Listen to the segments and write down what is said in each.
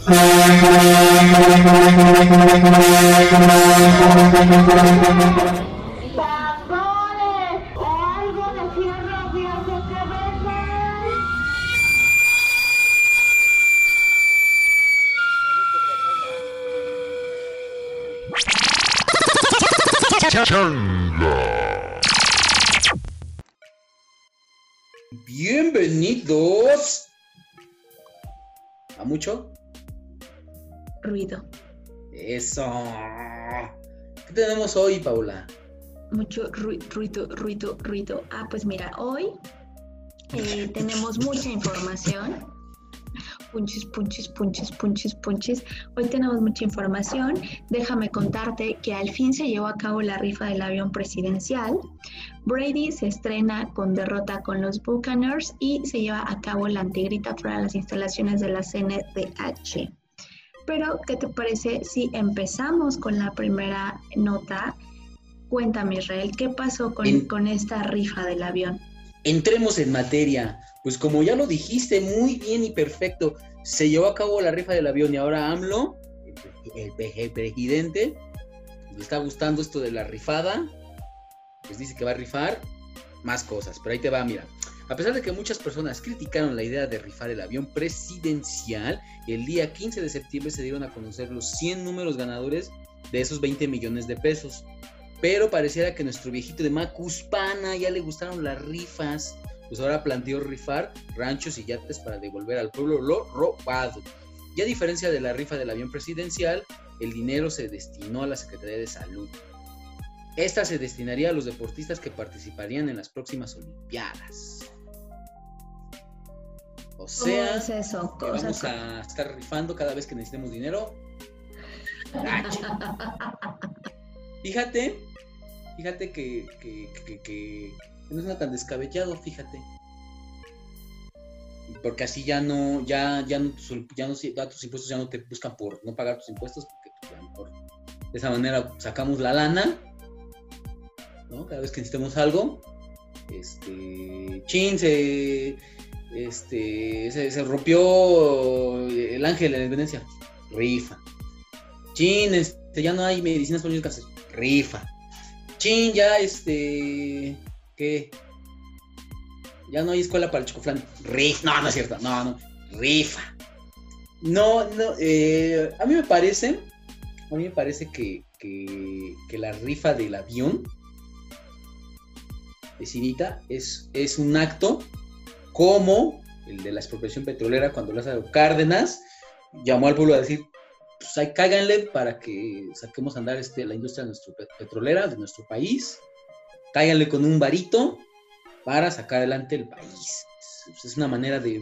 ¡Tambores! ¡Algo de fierro, fierro, cabeza! Bienvenidos a mucho ruido. Eso. ¿Qué tenemos hoy, Paula? Mucho ruido. Ah, pues mira, hoy tenemos mucha información. Punches. Hoy tenemos mucha información. Déjame contarte que al fin se llevó a cabo la rifa del avión presidencial. Brady se estrena con derrota con los Buccaneers y se lleva a cabo la antigrita fuera de las instalaciones de la CNDH. Pero, ¿qué te parece si empezamos con la primera nota? Cuéntame, Israel, ¿qué pasó con esta rifa del avión? Entremos en materia. Pues como ya lo dijiste muy bien y perfecto, se llevó a cabo la rifa del avión y ahora AMLO, el presidente, le está gustando esto de la rifada, pues dice que va a rifar más cosas, pero ahí te va, mira. A pesar de que muchas personas criticaron la idea de rifar el avión presidencial, el día 15 de septiembre se dieron a conocer los 100 números ganadores de esos 20 millones de pesos. Pero pareciera que nuestro viejito de Macuspana ya le gustaron las rifas, pues ahora planteó rifar ranchos y yates para devolver al pueblo lo robado. Y a diferencia de la rifa del avión presidencial, el dinero se destinó a la Secretaría de Salud. Esta se destinaría a los deportistas que participarían en las próximas Olimpiadas. O sea, ¿cómo es eso? Que vamos a estar rifando cada vez que necesitemos dinero. Fíjate que no es nada tan descabellado, fíjate. Porque así ya tus impuestos ya no te buscan por no pagar tus impuestos, porque pues, a lo mejor de esa manera sacamos la lana, ¿no? Cada vez que necesitemos algo, se rompió el ángel en Venecia, rifa. Ya no hay medicinas para los cáncer, rifa. Ya ¿qué? Ya no hay escuela para el chocoflán, rifa. No es cierto, no, rifa. A mí me parece que la rifa del avión, vecinita, es un acto como el de la expropiación petrolera cuando Lázaro Cárdenas llamó al pueblo a decir, pues ahí cáiganle para que saquemos a andar la industria petrolera de nuestro país, cáiganle con un varito para sacar adelante el país. Es una manera de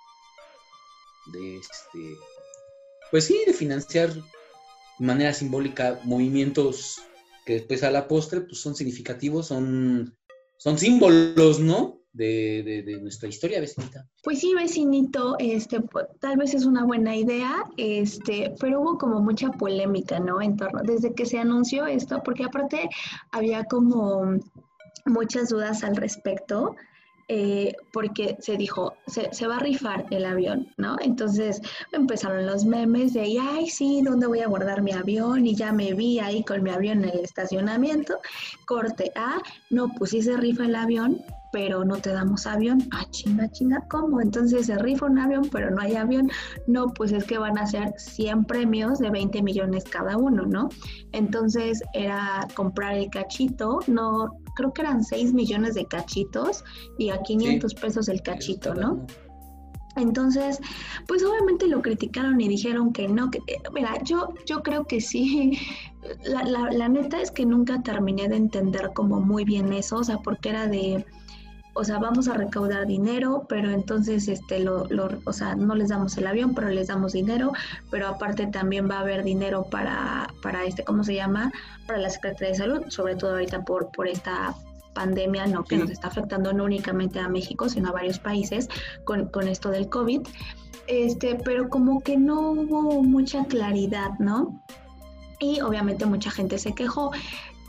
financiar de manera simbólica movimientos que después a la postre pues son significativos, son símbolos, ¿no? De nuestra historia, vecinita. Pues sí, vecinito, tal vez es una buena idea, pero hubo como mucha polémica, ¿no? Desde que se anunció esto, porque aparte había como muchas dudas al respecto, porque se dijo, se va a rifar el avión, ¿no? Entonces empezaron los memes de, ay, sí, ¿dónde voy a guardar mi avión? Y ya me vi ahí con mi avión en el estacionamiento. Corte A, no, pues sí se rifa el avión, pero no te damos avión. Ah, chinga, ¿cómo? Entonces se rifa un avión, pero no hay avión. No, pues es que van a ser 100 premios de 20 millones cada uno, ¿no? Entonces era comprar el cachito, no, creo que eran 6 millones de cachitos y a 500 pesos el cachito, ¿no? Entonces, pues obviamente lo criticaron y dijeron que no, mira, yo creo que sí, la neta es que nunca terminé de entender como muy bien eso, o sea, porque era de, o sea, vamos a recaudar dinero, pero entonces, o sea, no les damos el avión, pero les damos dinero, pero aparte también va a haber dinero para ¿cómo se llama? Para la Secretaría de Salud, sobre todo ahorita por esta pandemia, ¿no? Que nos está afectando no únicamente a México, sino a varios países con esto del COVID, pero como que no hubo mucha claridad, ¿no? Y obviamente mucha gente se quejó.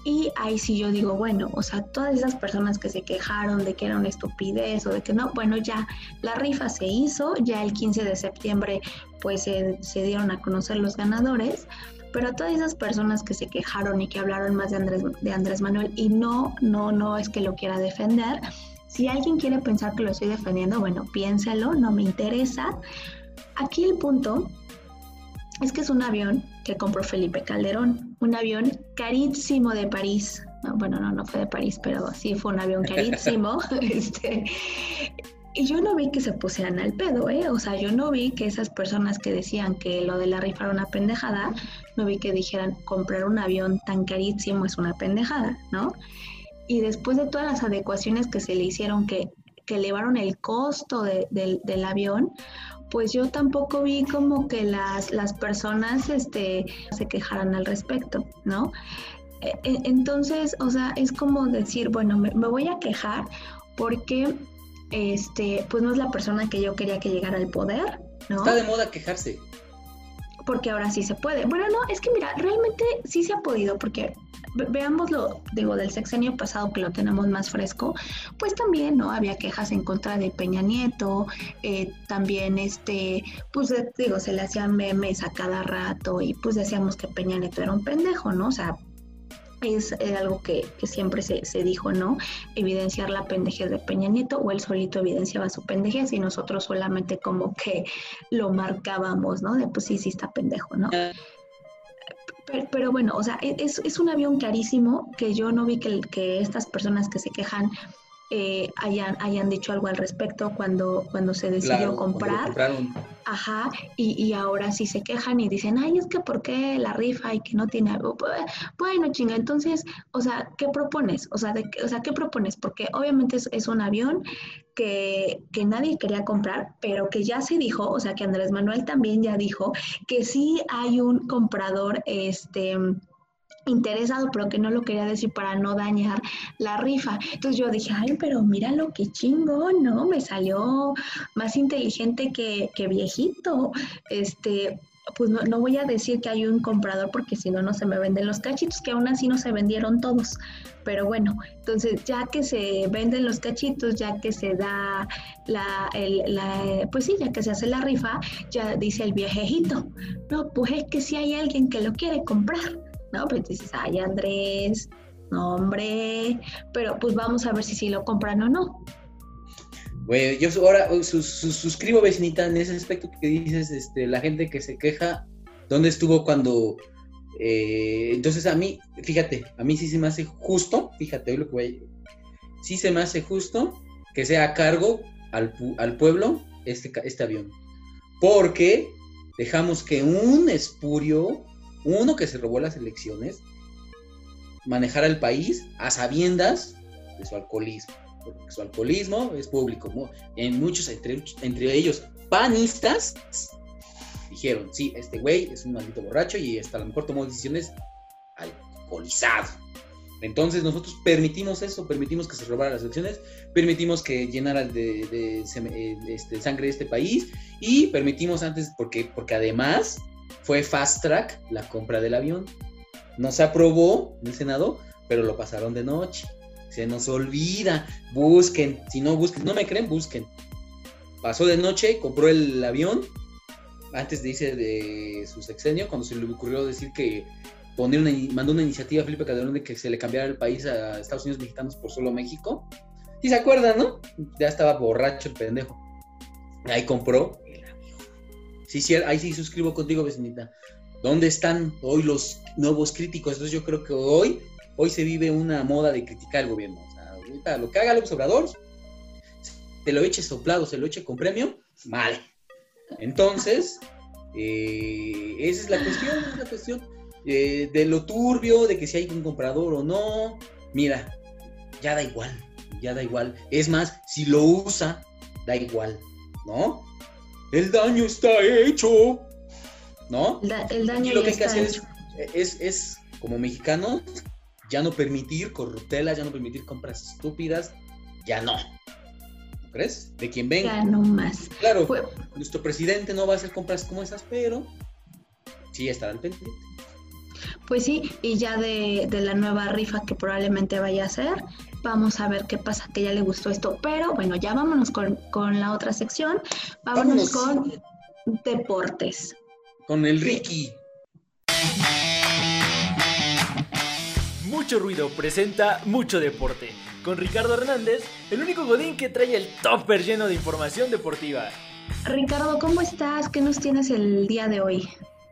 Y ahí sí yo digo, bueno, o sea, todas esas personas que se quejaron de que era una estupidez o de que no, bueno, ya la rifa se hizo, ya el 15 de septiembre pues se dieron a conocer los ganadores, pero a todas esas personas que se quejaron y que hablaron más de Andrés Manuel y no es que lo quiera defender, si alguien quiere pensar que lo estoy defendiendo, bueno, piénselo, no me interesa. Aquí el punto es que es un avión que compró Felipe Calderón, un avión carísimo de París. No fue de París, pero sí fue un avión carísimo. Y yo no vi que se pusieran al pedo, O sea, yo no vi que esas personas que decían que lo de la rifa era una pendejada, no vi que dijeran comprar un avión tan carísimo es una pendejada, ¿no? Y después de todas las adecuaciones que se le hicieron, que elevaron el costo del avión, pues yo tampoco vi como que las personas se quejaran al respecto, ¿no? Entonces, o sea, es como decir, bueno, me voy a quejar porque, pues no es la persona que yo quería que llegara al poder, ¿no? Está de moda quejarse. Porque ahora sí se puede. Bueno, no, es que mira, realmente sí se ha podido, porque veámoslo, digo, del sexenio pasado que lo tenemos más fresco, pues también, ¿no? Había quejas en contra de Peña Nieto, también, pues digo, se le hacían memes a cada rato y pues decíamos que Peña Nieto era un pendejo, ¿no? O sea, es algo que siempre se dijo, ¿no? Evidenciar la pendejez de Peña Nieto, o él solito evidenciaba su pendejez y nosotros solamente como que lo marcábamos, ¿no? De pues sí está pendejo, ¿no? Pero bueno, o sea, es un avión carísimo que yo no vi que estas personas que se quejan hayan dicho algo al respecto cuando se decidió comprar. Ajá, y ahora sí se quejan y dicen, ay, es que ¿por qué la rifa y que no tiene algo? Bueno, chinga, entonces, o sea, ¿qué propones? O sea, ¿qué propones? Porque obviamente es un avión que nadie quería comprar, pero que ya se dijo, o sea, que Andrés Manuel también ya dijo que sí hay un comprador, interesado, pero que no lo quería decir para no dañar la rifa. Entonces yo dije, ay, pero míralo, qué chingón, ¿no? Me salió más inteligente que viejito. Pues no voy a decir que hay un comprador porque si no se me venden los cachitos, que aún así no se vendieron todos. Pero bueno, entonces ya que se venden los cachitos, ya que se da pues sí, ya que se hace la rifa, ya dice el viejejito, no, pues es que si hay alguien que lo quiere comprar. No, pues dices, ay, Andrés, no, hombre, pero pues vamos a ver si lo compran o no. Güey, yo ahora suscribo, vecinita, en ese aspecto que dices, la gente que se queja, ¿dónde estuvo cuando? Entonces a mí, fíjate, a mí sí se me hace justo, fíjate, hoy lo que voy a... sí se me hace justo que sea a cargo al pueblo este avión, porque dejamos que un espurio, uno que se robó las elecciones, manejara el país a sabiendas de su alcoholismo, porque su alcoholismo es público, ¿no? En muchos, entre ellos panistas, dijeron, sí, este güey es un maldito borracho y hasta a lo mejor tomó decisiones alcoholizado. Entonces nosotros permitimos eso, permitimos que se robara las elecciones, permitimos que llenara de sangre este país y permitimos antes, porque además fue fast track la compra del avión. No se aprobó en el Senado, pero lo pasaron de noche. Se nos olvida. Busquen. Si no busquen, no me creen, busquen. Pasó de noche, compró el avión antes de irse de su sexenio, cuando se le ocurrió decir que mandó una iniciativa a Felipe Calderón de que se le cambiara el país a Estados Unidos mexicanos por solo México. ¿Sí se acuerdan, no? Ya estaba borracho el pendejo. Ahí compró. Sí, ahí sí suscribo contigo, vecinita. ¿Dónde están hoy los nuevos críticos? Entonces yo creo que hoy se vive una moda de criticar al gobierno. O sea, ahorita lo que haga López Obrador, te lo eche soplado, se lo eche con premio, mal. Entonces, esa es la cuestión, de lo turbio, de que si hay un comprador o no. Mira, ya da igual. Es más, si lo usa, da igual, ¿no? El daño está hecho, ¿no? El daño y lo que hay que hacer es, como mexicanos, ya no permitir corruptelas, ya no permitir compras estúpidas, ya no. ¿No crees? De quien venga. Ya no más. Claro, nuestro presidente no va a hacer compras como esas, pero sí estará al pendiente. Pues sí, y ya de la nueva rifa que probablemente vaya a hacer, vamos a ver qué pasa, que ya le gustó esto. Pero bueno, ya vámonos con la otra sección, vámonos con deportes. Con el Ricky. Mucho Ruido presenta Mucho Deporte, con Ricardo Hernández, el único godín que trae el topper lleno de información deportiva. Ricardo, ¿cómo estás? ¿Qué nos tienes el día de hoy?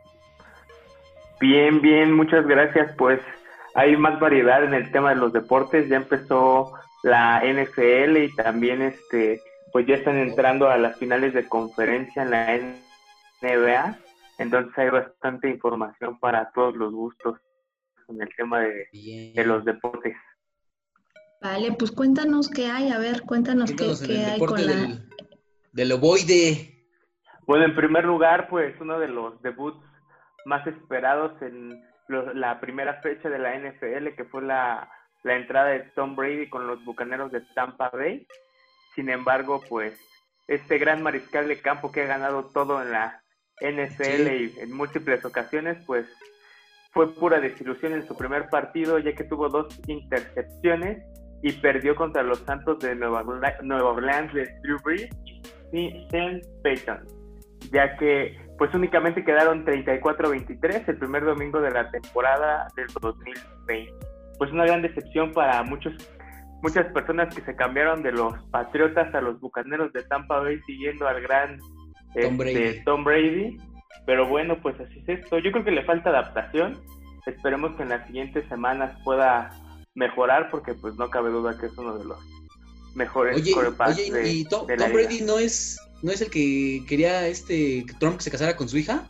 Bien, bien, muchas gracias. Pues hay más variedad en el tema de los deportes. Ya empezó la NFL y también pues ya están entrando a las finales de conferencia en la NBA. Entonces hay bastante información para todos los gustos en el tema de los deportes. Vale, pues cuéntanos qué hay. A ver, cuéntanos qué hay con la... del ovoide. Bueno, en primer lugar, pues uno de los debuts más esperados en la primera fecha de la NFL, que fue la entrada de Tom Brady con los Bucaneros de Tampa Bay. Sin embargo, pues este gran mariscal de campo que ha ganado todo en la NFL y en múltiples ocasiones, pues fue pura desilusión en su primer partido, ya que tuvo 2 intercepciones y perdió contra los Santos de Nueva Orleans de Drew Brees y Sean Payton, ya que pues únicamente quedaron 34-23 el primer domingo de la temporada del 2020. Pues una gran decepción para muchas personas que se cambiaron de los Patriotas a los Bucaneros de Tampa Bay siguiendo al gran Tom Brady. Pero bueno, pues así es esto. Yo creo que le falta adaptación. Esperemos que en las siguientes semanas pueda mejorar, porque pues no cabe duda que es uno de los mejores quarterbacks de la Tom Brady no es el que quería Trump que se casara con su hija.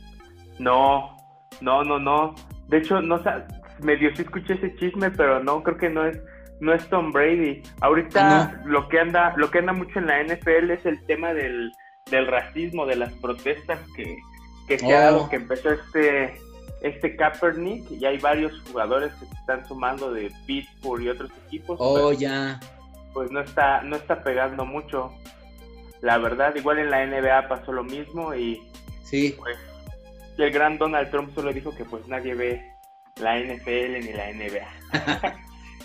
No. De hecho, medio sí escuché ese chisme, pero no, creo que no es Tom Brady. Ahorita lo que anda mucho en la NFL es el tema del racismo, de las protestas que se ha dado, que empezó este Kaepernick, y hay varios jugadores que se están sumando de Pittsburgh y otros equipos. Pues no está pegando mucho, la verdad. Igual en la NBA pasó lo mismo y pues el gran Donald Trump solo dijo que pues nadie ve la NFL ni la NBA.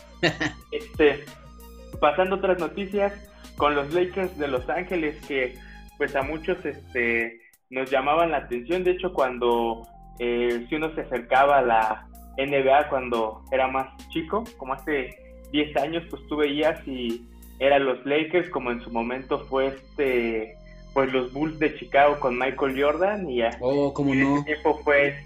Pasando a otras noticias, con los Lakers de Los Ángeles, que pues a muchos nos llamaban la atención. De hecho, cuando si uno se acercaba a la NBA cuando era más chico, como hace 10 años, pues tú veías y eran los Lakers, como en su momento fue pues los Bulls de Chicago con Michael Jordan, y en ese tiempo fue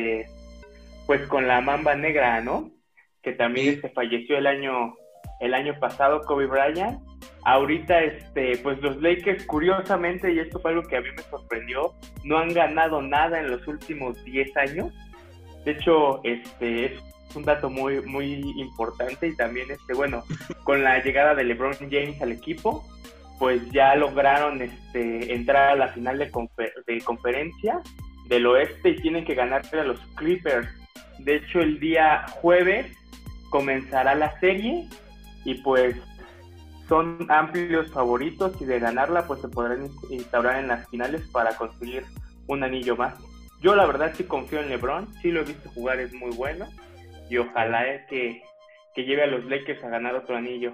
pues con la Mamba Negra, ¿no? Que también falleció el año pasado, Kobe Bryant. Ahorita pues los Lakers, curiosamente, y esto fue algo que a mí me sorprendió, no han ganado nada en los últimos 10 años. De hecho, es un dato muy muy importante. Y también bueno, con la llegada de LeBron James al equipo, pues ya lograron entrar a la final de conferencia del oeste, y tienen que ganarle a los Clippers. De hecho, el día jueves comenzará la serie y pues son amplios favoritos, y de ganarla pues se podrán instaurar en las finales para conseguir un anillo más. Yo la verdad sí confío en LeBron, sí lo he visto jugar, es muy bueno, y ojalá que lleve a los Lakers a ganar otro anillo.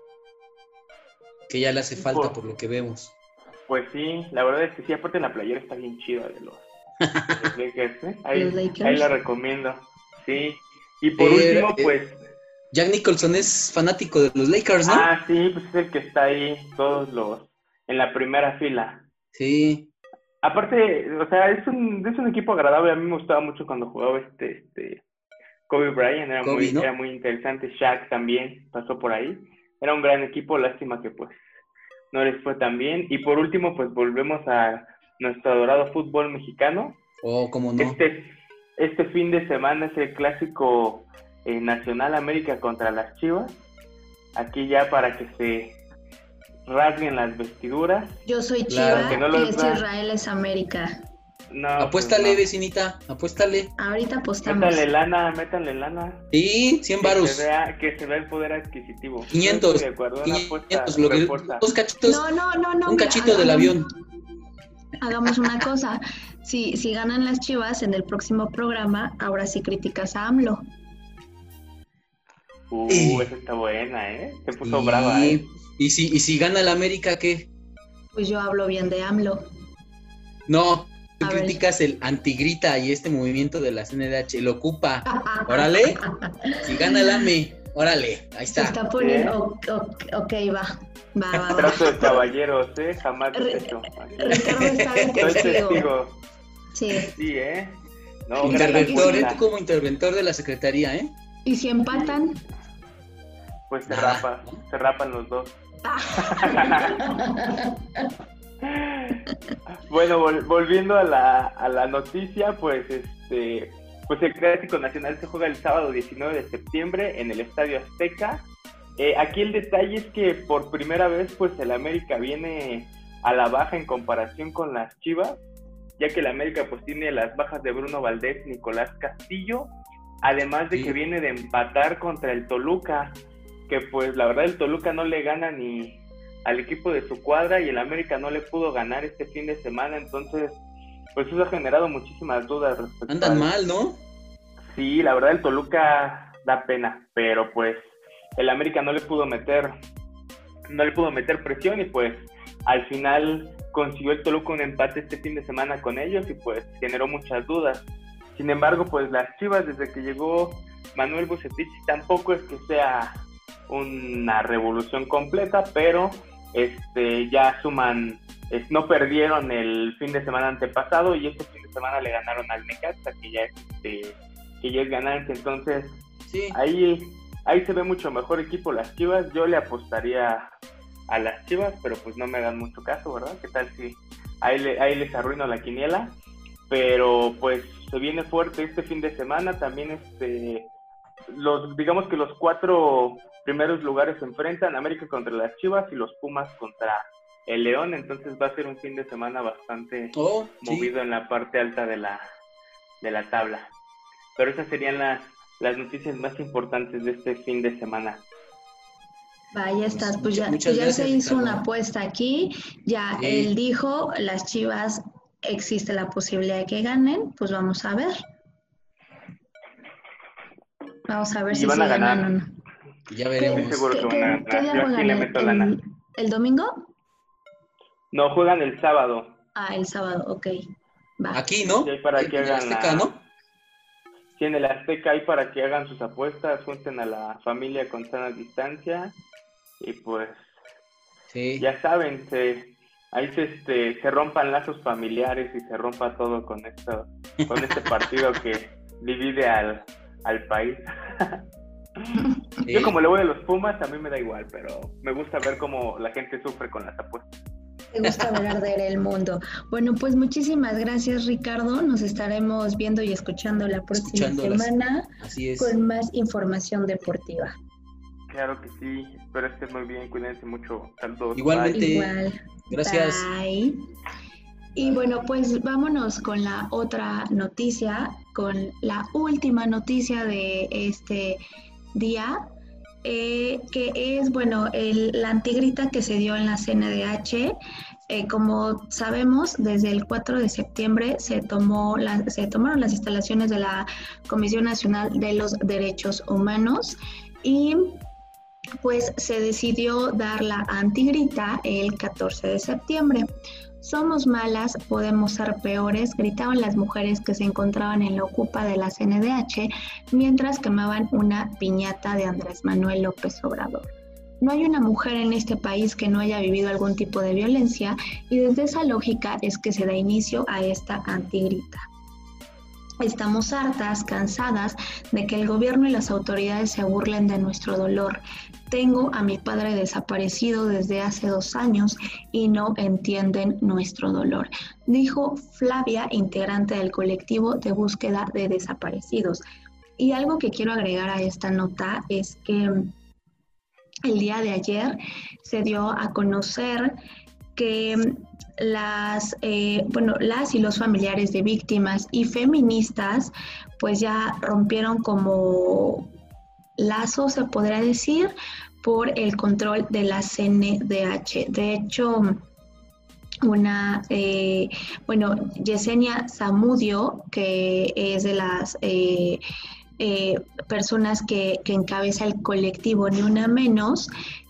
Que ya le hace falta por lo que vemos. Pues sí, la verdad es que sí, aparte la playera está bien chida de los Lakers, ¿eh? Ahí la recomiendo, sí. Y por último, pues... Jack Nicholson es fanático de los Lakers, ¿no? Ah, sí, pues es el que está ahí en la primera fila. Sí. Aparte, o sea, es un equipo agradable. A mí me gustaba mucho cuando jugaba Kobe Bryant, era muy interesante. Shaq también pasó por ahí. Era un gran equipo, lástima que pues no les fue tan bien. Y por último, pues volvemos a nuestro adorado fútbol mexicano. ¿Cómo no? Este fin de semana es el clásico nacional, América contra las Chivas. Aquí ya para que se rasguen las vestiduras. Yo soy Chiva, y Israel es América. No, apuéstale, pues no. Vecinita, apuéstale. Ahorita apostamos. Métanle lana. Sí, 100 varos. Que se vea el poder adquisitivo. 500. 500, dos cachitos. No, un cachito del avión. hagamos una cosa. Si ganan las Chivas en el próximo programa, ahora sí criticas a AMLO. Esa está buena, ¿eh? Se puso brava, ¿eh? ¿Y si gana la América, qué? Pues yo hablo bien de AMLO. No, tú A ver. criticas el antigrita y este movimiento de la CNDH, lo ocupa. Órale, si gana el AME, órale, ahí Se está. está poniendo... Ok, va. Trato de caballeros, ¿eh? Jamás lo he hecho. Ricardo está de Soy testigo. testigo. Sí. Sí, ¿eh? No, Interventor, gran tú como interventor de la Secretaría, ¿eh? ¿Y si empatan? Pues se Nada. rapan los dos. Bueno, volviendo a la noticia, pues pues el Clásico Nacional se juega el sábado 19 de septiembre en el Estadio Azteca. Aquí el detalle es que por primera vez pues el América viene a la baja en comparación con las Chivas, ya que el América pues tiene las bajas de Bruno Valdés, Nicolás Castillo, además de que viene de empatar contra el Toluca, que pues la verdad el Toluca no le gana ni al equipo de su cuadra y el América no le pudo ganar este fin de semana, entonces pues eso ha generado muchísimas dudas respecto Andan mal, ¿no? Sí, la verdad el Toluca da pena, pero pues el América no le pudo meter presión y pues al final consiguió el Toluca un empate este fin de semana con ellos y pues generó muchas dudas. Sin embargo, pues las Chivas desde que llegó Manuel Bucetich tampoco es que sea una revolución completa, pero ya suman, no perdieron el fin de semana antepasado y este fin de semana le ganaron al Necaxa, que ya es ganancia, entonces Sí. ahí se ve mucho mejor equipo las Chivas. Yo le apostaría a las Chivas, pero pues no me hagan mucho caso, ¿verdad? ¿Qué tal si ahí les arruino la quiniela? Pero pues se viene fuerte este fin de semana, también digamos que los 4 primeros lugares se enfrentan, América contra las Chivas y los Pumas contra el León, entonces va a ser un fin de semana bastante movido en la parte alta de la tabla. Pero esas serían las noticias más importantes de este fin de semana. Vaya estás, pues ya Gracias, se hizo Ricardo. una apuesta aquí, ya Sí. él dijo, las Chivas existe la posibilidad de que ganen, pues vamos a ver. Vamos a ver Y si van sí a ganar. ganan o no. Ya veremos. Estoy seguro que van a ganar. ¿Qué día Yo aquí juegan? le meto lana. ¿El domingo? No, juegan el sábado. Ah, el sábado, ok. Va. Aquí, ¿no? Sí, hay para que En el hagan Azteca, ¿no? Sí, en el Azteca hay para que hagan sus apuestas, junten a la familia con sana distancia y pues Sí. ya saben, ahí se rompan lazos familiares y se rompa todo con este partido que divide al país. Sí. Yo como le voy a los Pumas, a mí me da igual, pero me gusta ver cómo la gente sufre con las apuestas. Te gusta ver arder el mundo. Bueno, pues muchísimas gracias, Ricardo. Nos estaremos viendo y escuchando la próxima semana Así es. con más información deportiva. Claro que sí, espero estén muy bien, cuídense mucho. Saludos. Igualmente. Bye. Igual. Gracias. Bye. Y bueno, pues vámonos con la otra noticia, con la última noticia de este día, que es, bueno, la antigrita que se dio en la CNDH. Como sabemos, desde el 4 de septiembre se tomaron las instalaciones de la Comisión Nacional de los Derechos Humanos y pues se decidió dar la antigrita el 14 de septiembre. Somos malas, podemos ser peores, gritaban las mujeres que se encontraban en la ocupa de la CNDH mientras quemaban una piñata de Andrés Manuel López Obrador. No hay una mujer en este país que no haya vivido algún tipo de violencia y desde esa lógica es que se da inicio a esta antigrita. Estamos hartas, cansadas de que el gobierno y las autoridades se burlen de nuestro dolor. Tengo a mi padre desaparecido desde hace 2 años y no entienden nuestro dolor, dijo Flavia, integrante del colectivo de búsqueda de desaparecidos. Y algo que quiero agregar a esta nota es que el día de ayer se dio a conocer que las y los familiares de víctimas y feministas pues ya rompieron como lazos, se podrá decir, por el control de la CNDH. De hecho, Yesenia Zamudio, que es de las personas que encabeza el colectivo Ni Una Menos,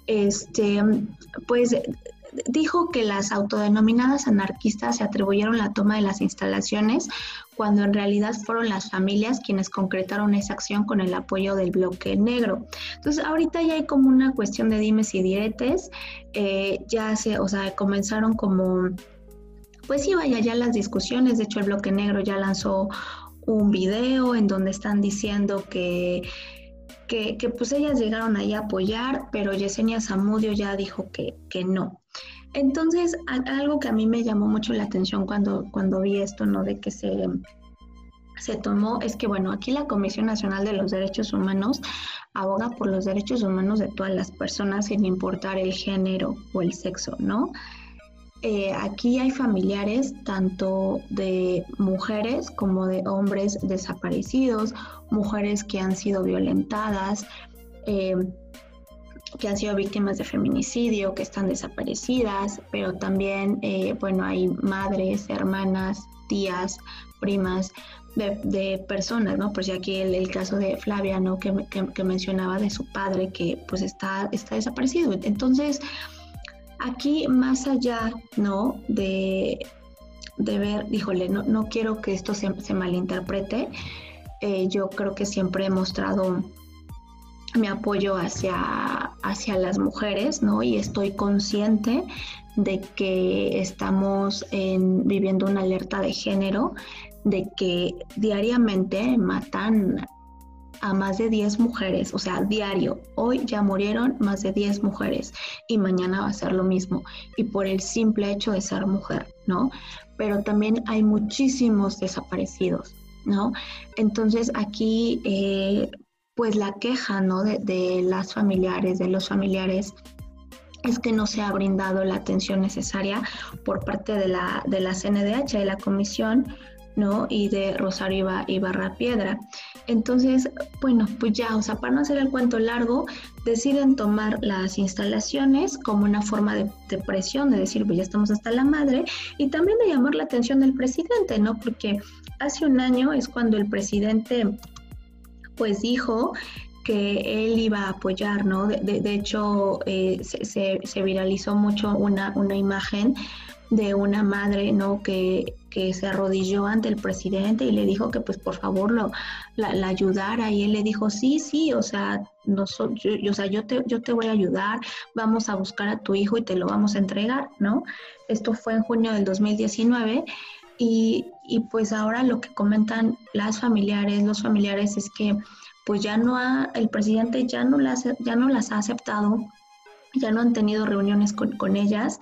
pues dijo que las autodenominadas anarquistas se atribuyeron la toma de las instalaciones cuando en realidad fueron las familias quienes concretaron esa acción con el apoyo del bloque negro. Entonces ahorita ya hay como una cuestión de dimes y diretes, comenzaron como, pues sí, vaya, ya las discusiones. De hecho el bloque negro ya lanzó un video en donde están diciendo que pues ellas llegaron ahí a apoyar, pero Yesenia Zamudio ya dijo que no. Entonces, algo que a mí me llamó mucho la atención cuando vi esto, ¿no? De que se tomó, es que, bueno, aquí la Comisión Nacional de los Derechos Humanos aboga por los derechos humanos de todas las personas sin importar el género o el sexo, ¿no? Aquí hay familiares tanto de mujeres como de hombres desaparecidos, mujeres que han sido violentadas, que han sido víctimas de feminicidio, que están desaparecidas, pero también, hay madres, hermanas, tías, primas de personas, ¿no? Pues ya aquí el caso de Flavia, ¿no? Que mencionaba de su padre que pues está desaparecido. Entonces, aquí más allá, ¿no? De ver, híjole, no quiero que esto se malinterprete. Yo creo que siempre he mostrado mi apoyo hacia las mujeres, ¿no? Y estoy consciente de que estamos viviendo una alerta de género, de que diariamente matan a más de 10 mujeres, o sea, diario. Hoy ya murieron más de 10 mujeres y mañana va a ser lo mismo, y por el simple hecho de ser mujer, ¿no? Pero también hay muchísimos desaparecidos, ¿no? Entonces aquí, pues la queja, ¿no? de las familiares, de los familiares, es que no se ha brindado la atención necesaria por parte de la CNDH, de la comisión, ¿no? Y de Rosario Ibarra Piedra. Entonces, bueno, pues ya, o sea, para no hacer el cuento largo, deciden tomar las instalaciones como una forma de presión, de decir, pues ya estamos hasta la madre, y también de llamar la atención del presidente, ¿no? Porque hace un año es cuando el presidente, pues dijo que él iba a apoyar, ¿no? De hecho, se viralizó mucho una imagen de una madre, ¿no? Que se arrodilló ante el presidente y le dijo que pues por favor la ayudara, y él le dijo sí, o sea, yo te voy a ayudar, vamos a buscar a tu hijo y te lo vamos a entregar, ¿no? Esto fue en junio del 2019 y pues ahora lo que comentan los familiares es que pues el presidente ya no las ha aceptado, ya no han tenido reuniones con ellas,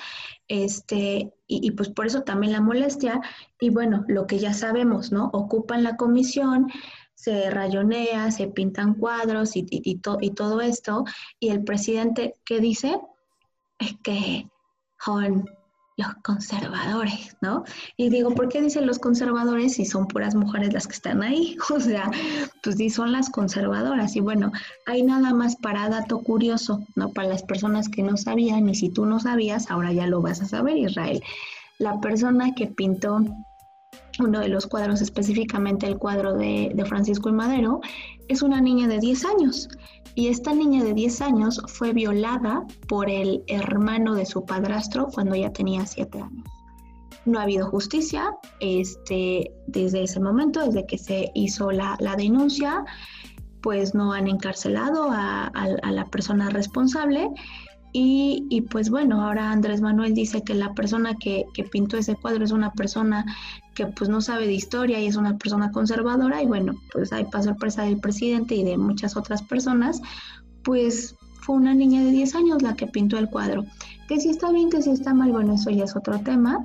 y pues por eso también la molestia. Y bueno, lo que ya sabemos, ¿no? Ocupan la comisión, se rayonea, se pintan cuadros y todo esto, y el presidente, ¿qué dice? Es que son los conservadores, ¿no? Y digo, ¿por qué dicen los conservadores si son puras mujeres las que están ahí? O sea, pues sí, son las conservadoras. Y bueno, hay nada más para dato curioso, ¿no? Para las personas que no sabían, y si tú no sabías, ahora ya lo vas a saber, Israel. La persona que pintó uno de los cuadros, específicamente el cuadro de Francisco I. Madero, es una niña de 10 años. Y esta niña de 10 años fue violada por el hermano de su padrastro cuando ya tenía 7 años. No ha habido justicia desde ese momento, desde que se hizo la denuncia, pues no han encarcelado a la persona responsable. Y pues bueno, ahora Andrés Manuel dice que la persona que pintó ese cuadro es una persona que pues no sabe de historia y es una persona conservadora, y bueno, pues ahí para sorpresa del presidente y de muchas otras personas, pues fue una niña de 10 años la que pintó el cuadro. Que si está bien, que si está mal, bueno, eso ya es otro tema.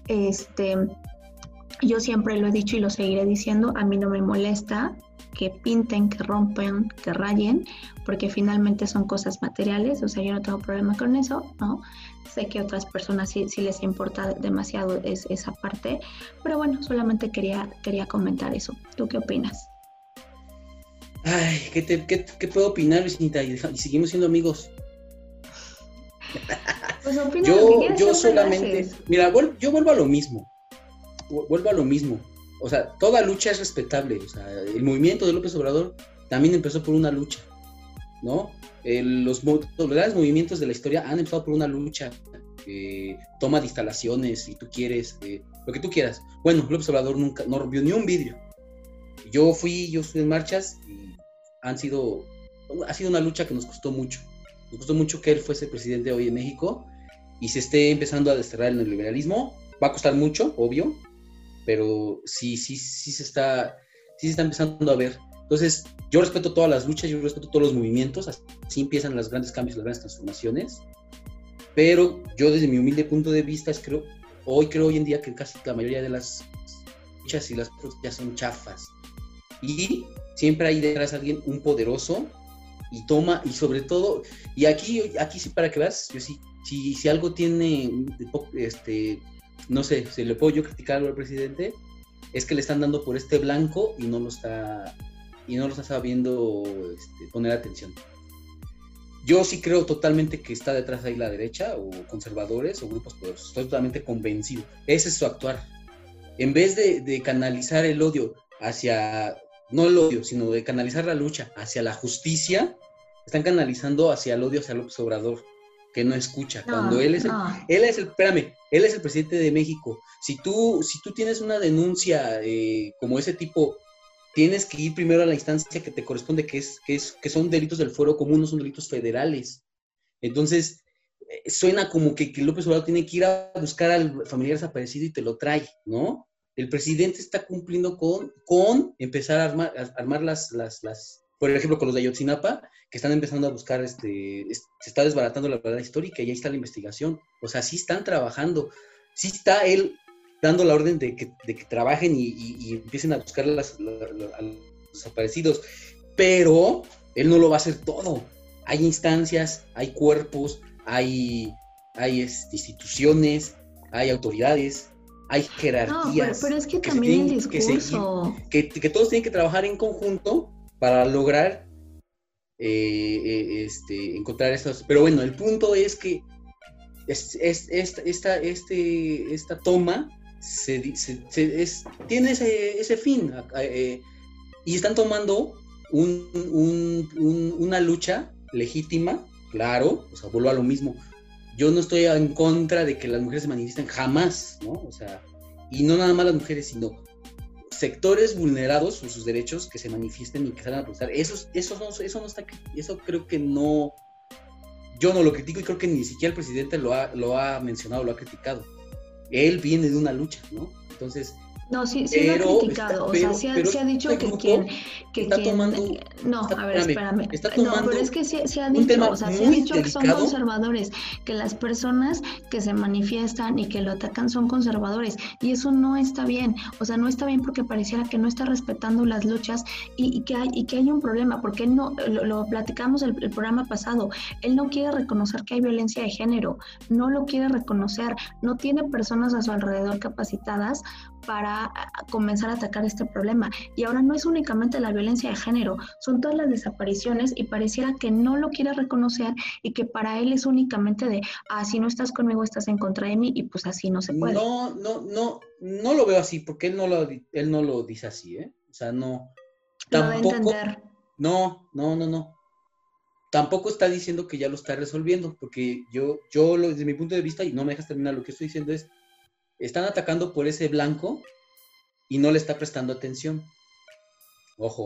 Yo siempre lo he dicho y lo seguiré diciendo, a mí no me molesta que pinten, que rompen, que rayen, porque finalmente son cosas materiales, o sea, yo no tengo problema con eso, ¿no? Sé que a otras personas sí les importa demasiado esa parte, pero bueno, solamente quería comentar eso. ¿Tú qué opinas? Ay, ¿qué puedo opinar, Luisita? Y seguimos siendo amigos. Pues opina lo que quieras, Yo siempre lo solamente, haces. mira, yo vuelvo a lo mismo. O sea, toda lucha es respetable. O sea, el movimiento de López Obrador también empezó por una lucha, ¿no? Los grandes movimientos de la historia han empezado por una lucha. Toma de instalaciones, si tú quieres, lo que tú quieras. Bueno, López Obrador nunca, no rompió ni un vidrio. Yo estuve en marchas y ha sido una lucha que nos costó mucho. Nos costó mucho que él fuese presidente hoy en México y se esté empezando a desterrar el neoliberalismo. Va a costar mucho, obvio, pero sí se está empezando a ver. Entonces, yo respeto todas las luchas, yo respeto todos los movimientos, así empiezan los grandes cambios, las grandes transformaciones, pero yo desde mi humilde punto de vista creo hoy en día que casi la mayoría de las luchas y las protestas son chafas, y siempre hay detrás alguien, un poderoso, y sobre todo, y aquí sí, para que veas, yo sí, si algo tiene, no sé, se le puedo yo criticar al presidente, es que le están dando por este blanco y no lo está sabiendo poner atención. Yo sí creo totalmente que está detrás ahí la derecha, o conservadores, o grupos poderosos. Estoy totalmente convencido. Ese es su actuar. En vez de canalizar el odio hacia, no el odio, sino de canalizar la lucha hacia la justicia, están canalizando hacia el odio hacia López Obrador, que no escucha. Cuando él es el presidente de México. Si tú tienes una denuncia como ese tipo, tienes que ir primero a la instancia que te corresponde, que son delitos del fuero común, no son delitos federales. Entonces, suena como que López Obrador tiene que ir a buscar al familiar desaparecido y te lo trae, ¿no? El presidente está cumpliendo con empezar a armar las por ejemplo, con los de Ayotzinapa, que están empezando a buscar, se está desbaratando la verdad histórica y ahí está la investigación. O sea, sí están trabajando, sí está él dando la orden de que trabajen y empiecen a buscar a los desaparecidos, pero él no lo va a hacer todo. Hay instancias, hay cuerpos, hay instituciones, hay autoridades, hay jerarquías. No, pero es que también el discurso. Que todos tienen que trabajar en conjunto para lograr encontrar estos. Pero bueno, el punto es que esta toma tiene ese fin, y están tomando una lucha legítima, claro. O sea, vuelvo a lo mismo. Yo no estoy en contra de que las mujeres se manifiesten jamás, ¿no? O sea, y no nada más las mujeres, sino sectores vulnerados por sus derechos que se manifiesten y que salgan a protestar. Eso creo que no. Yo no lo critico y creo que ni siquiera el presidente lo ha mencionado, lo ha criticado. Él viene de una lucha, ¿no? Entonces. No, sí lo ha criticado, se ha dicho que está tomando. No, a ver, espérame. No, pero es que se ha dicho, se ha dicho que son conservadores, que las personas que se manifiestan y que lo atacan son conservadores, y eso no está bien. O sea, no está bien porque pareciera que no está respetando las luchas y que hay un problema, porque él no, lo platicamos el programa pasado, él no quiere reconocer que hay violencia de género, no lo quiere reconocer, no tiene personas a su alrededor capacitadas para comenzar a atacar este problema. Y ahora no es únicamente la violencia de género, son todas las desapariciones, y pareciera que no lo quiere reconocer y que para él es únicamente de, si no estás conmigo estás en contra de mí, y pues así no se puede. No lo veo así, porque él no lo dice así, ¿eh? O sea, no. Tampoco. Lo va a entender. No. Tampoco está diciendo que ya lo está resolviendo, porque yo desde mi punto de vista, y no me dejas terminar, lo que estoy diciendo es, están atacando por ese blanco y no le está prestando atención. Ojo,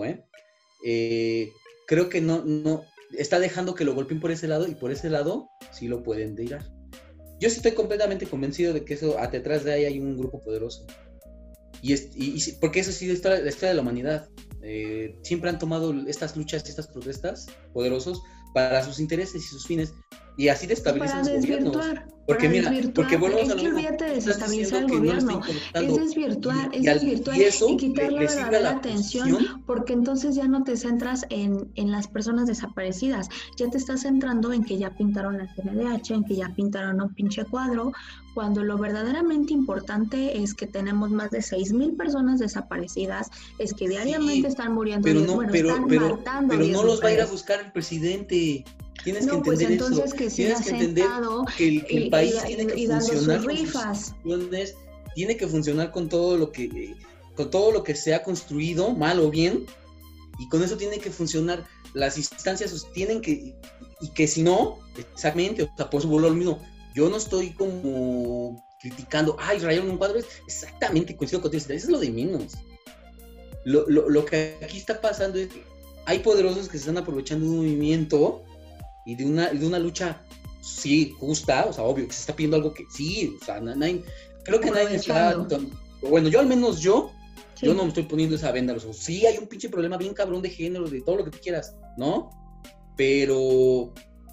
creo que no está dejando que lo golpeen por ese lado, y por ese lado sí lo pueden tirar. Yo sí estoy completamente convencido de que eso, detrás de ahí hay un grupo poderoso. Y porque eso sí es la historia de la humanidad. Siempre han tomado estas luchas y estas protestas poderosos para sus intereses y sus fines, y así destabilizan los gobiernos. Porque volvemos a lo mismo. Olvídate de desestabilizar el gobierno, es desvirtuar y quitarle la atención, porque entonces ya no te centras en las personas desaparecidas, ya te estás centrando en que ya pintaron la CNDH, en que ya pintaron un pinche cuadro, cuando lo verdaderamente importante es que tenemos más de 6,000 personas desaparecidas, es que diariamente están muriendo, pero no los va a ir a buscar el presidente. Tienes que No, pues entender entonces eso. que siga Tienes que entender sentado que el país tiene que dando funcionar sus con sus rifas. instituciones, tiene que funcionar con todo lo que se ha construido, mal o bien, y con eso tiene que funcionar. Las instancias tienen que, y que si no, exactamente, o sea, por eso vuelvo a lo mismo. Yo no estoy como criticando, rayaron un cuadro, exactamente, coincido contigo, eso es lo de menos. Lo que aquí está pasando es que hay poderosos que se están aprovechando de un movimiento y de una lucha, sí, justa, o sea, obvio, que se está pidiendo algo que sí, o sea, creo que nadie está, bueno, yo al menos yo no me estoy poniendo esa venda a los ojos. Sí, hay un pinche problema bien cabrón de género, de todo lo que tú quieras, ¿no? Pero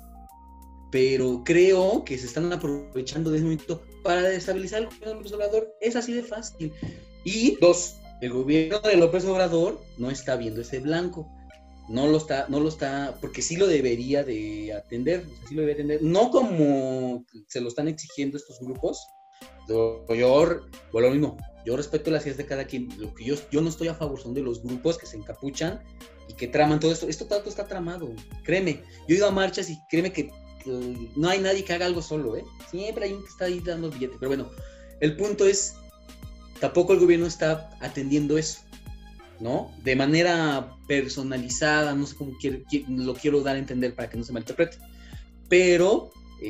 creo que se están aprovechando de ese momento para desestabilizar el gobierno de López Obrador. Es así de fácil. Y dos, el gobierno de López Obrador no está viendo ese blanco. No lo está, porque sí lo debería de atender, o sea, sí lo debería atender, no como se lo están exigiendo estos grupos. Yo lo mismo, yo respeto las ideas de cada quien. Lo que yo no estoy a favor son de los grupos que se encapuchan y que traman todo esto. Esto todo está tramado, créeme. Yo he ido a marchas y créeme que no hay nadie que haga algo solo, siempre hay un que está ahí dando billetes. Pero bueno, el punto es, tampoco el gobierno está atendiendo eso, ¿no? De manera personalizada, no sé cómo lo quiero dar a entender para que no se malinterprete, pero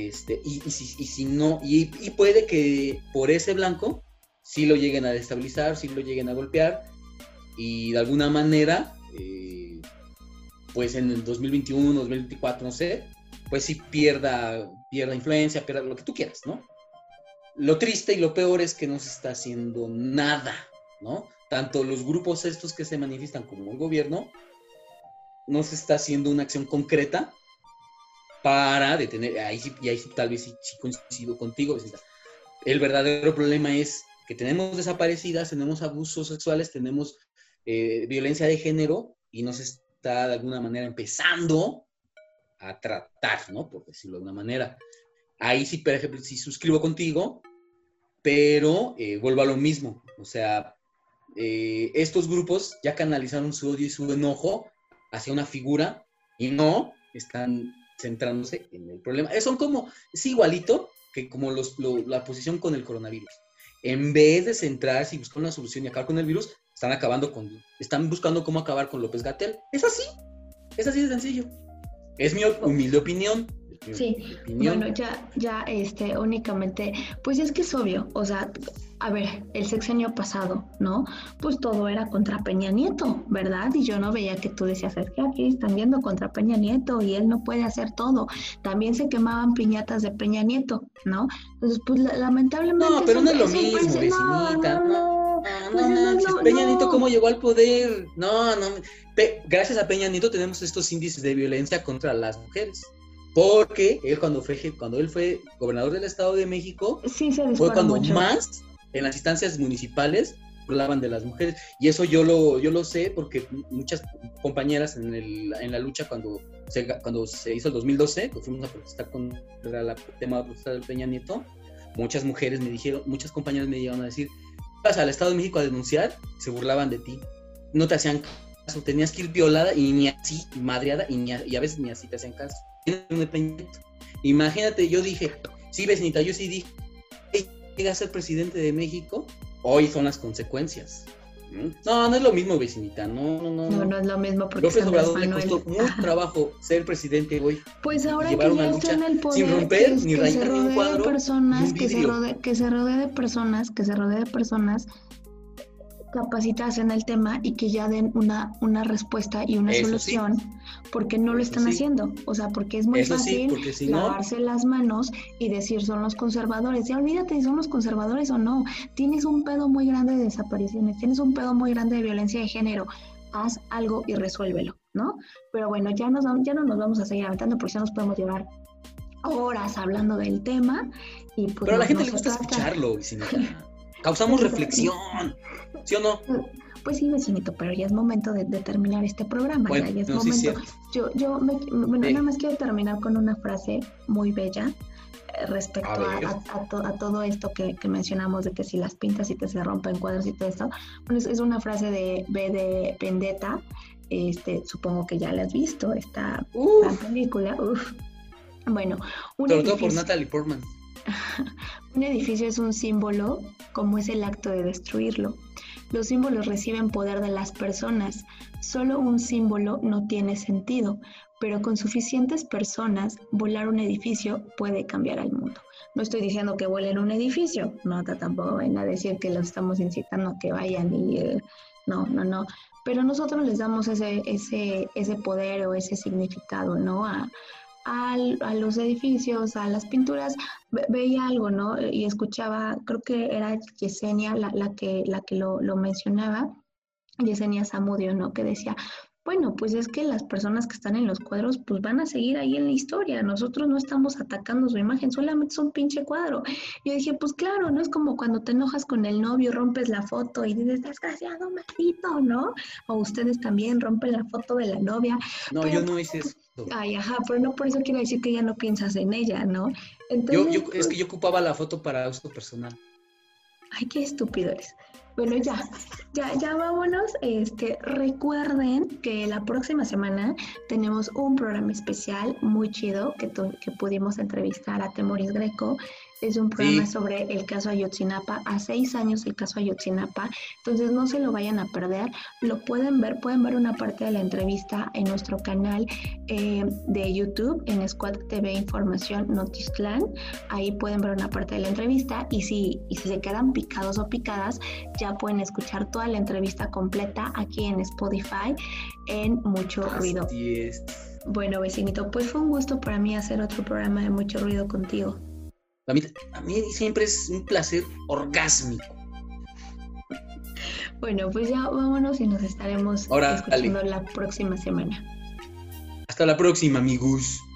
si no, y puede que por ese blanco sí lo lleguen a destabilizar, sí lo lleguen a golpear, y de alguna manera pues en el 2021, 2024, no sé, pues sí pierda influencia, pierda lo que tú quieras, ¿no? Lo triste y lo peor es que no se está haciendo nada, ¿no? Tanto los grupos estos que se manifiestan como el gobierno, no se está haciendo una acción concreta para detener, ahí sí tal vez sí coincido contigo, Vicenta. El verdadero problema es que tenemos desaparecidas, tenemos abusos sexuales, tenemos violencia de género, y no se está de alguna manera empezando a tratar, ¿no? Por decirlo de una manera. Ahí sí, por ejemplo, sí suscribo contigo, pero vuelvo a lo mismo. O sea, estos grupos ya canalizaron su odio y su enojo hacia una figura y no están centrándose en el problema. Es igualito que como la posición con el coronavirus. En vez de centrarse y buscar una solución y acabar con el virus, están buscando cómo acabar con López-Gatell. Es así de sencillo. Es mi humilde opinión. Sí, bueno, ya únicamente, pues es que es obvio, o sea, a ver, el sexenio pasado, ¿no? Pues todo era contra Peña Nieto, ¿verdad? Y yo no veía que tú decías, es que aquí están yendo contra Peña Nieto y él no puede hacer todo. También se quemaban piñatas de Peña Nieto, ¿no? Entonces, pues lamentablemente... No, pero no es lo mismo, vecinita. No, Peña Nieto, ¿cómo llegó al poder? Gracias a Peña Nieto tenemos estos índices de violencia contra las mujeres. Porque él cuando él fue gobernador del Estado de México, sí, fue cuando mucho más en las instancias municipales hablaban de las mujeres. Y eso yo lo sé porque muchas compañeras en la lucha cuando se hizo el 2012, que fuimos a protestar contra el tema de protestar del Peña Nieto, muchas compañeras me llegaron a decir, vas al Estado de México a denunciar, se burlaban de ti, no te hacían caso, tenías que ir violada y ni así, madreada, y a veces ni así te hacían caso. Imagínate, yo dije, sí, vecinita, yo sí dije, llega a ser presidente de México, hoy son las consecuencias. No es lo mismo, vecinita, no es lo mismo porque López Obrador le costó mucho trabajo ser presidente hoy. Pues ahora que ya está en el poder, sin romper ni rayar ni un cuadro, que se rodee de personas capacitadas en el tema y que ya den una respuesta y una solución, porque no lo están haciendo, o sea, porque es muy fácil lavarse las manos y decir son los conservadores, ya olvídate si son los conservadores o no, tienes un pedo muy grande de desapariciones, tienes un pedo muy grande de violencia de género, haz algo y resuélvelo, ¿no? Pero bueno, ya no nos vamos a seguir aventando porque ya nos podemos llevar horas hablando del tema y pues... Pero a la gente le gusta escucharlo, vecinita. Causamos reflexión, ¿sí o no? Pues sí, vecinito, pero ya es momento de terminar este programa. Bueno, ya es momento. Sí, nada más quiero terminar con una frase muy bella respecto a todo esto que mencionamos de que si las pintas y te se rompen cuadros y todo esto. Bueno, es una frase de B de Vendetta Supongo que ya la has visto, esta gran película. Uf. Bueno, sobre todo por Natalie Portman. Un edificio es un símbolo, como es el acto de destruirlo. Los símbolos reciben poder de las personas. Solo un símbolo no tiene sentido, pero con suficientes personas, volar un edificio puede cambiar al mundo. No estoy diciendo que vuelen un edificio, no, tampoco van a decir que los estamos incitando a que vayan y... no. Pero nosotros les damos ese poder o ese significado, ¿no? A los edificios, a las pinturas. Veía algo, ¿no? Y escuchaba, creo que era Yesenia la que lo mencionaba, Yesenia Zamudio, ¿no? Que decía, bueno, pues es que las personas que están en los cuadros pues van a seguir ahí en la historia, nosotros no estamos atacando su imagen, solamente es un pinche cuadro. Y yo dije, pues claro, no es como cuando te enojas con el novio, rompes la foto y dices, desgraciado, maldito, ¿no? O ustedes también rompen la foto de la novia. No, pero, yo no hice eso. Ay, ajá, pero no por eso quiero decir que ya no piensas en ella, ¿no? Entonces, Es que yo ocupaba la foto para uso personal. Ay, qué estúpido eres. Bueno, ya vámonos. Recuerden que la próxima semana tenemos un programa especial muy chido que pudimos entrevistar a Temoris Greco. Es un programa sobre el caso Ayotzinapa, a 6 años el caso Ayotzinapa. Entonces no se lo vayan a perder. Lo pueden ver una parte de la entrevista en nuestro canal de YouTube, en Squad TV Información Notizclan. Ahí pueden ver una parte de la entrevista y si se quedan picados o picadas, ya pueden escuchar toda la entrevista completa aquí en Spotify en Mucho Ruido. Así es. Bueno, vecinito, pues fue un gusto para mí hacer otro programa de Mucho Ruido contigo. A mí siempre es un placer orgásmico. Bueno, pues ya vámonos y nos estaremos escuchando la próxima semana. Hasta la próxima, amigos.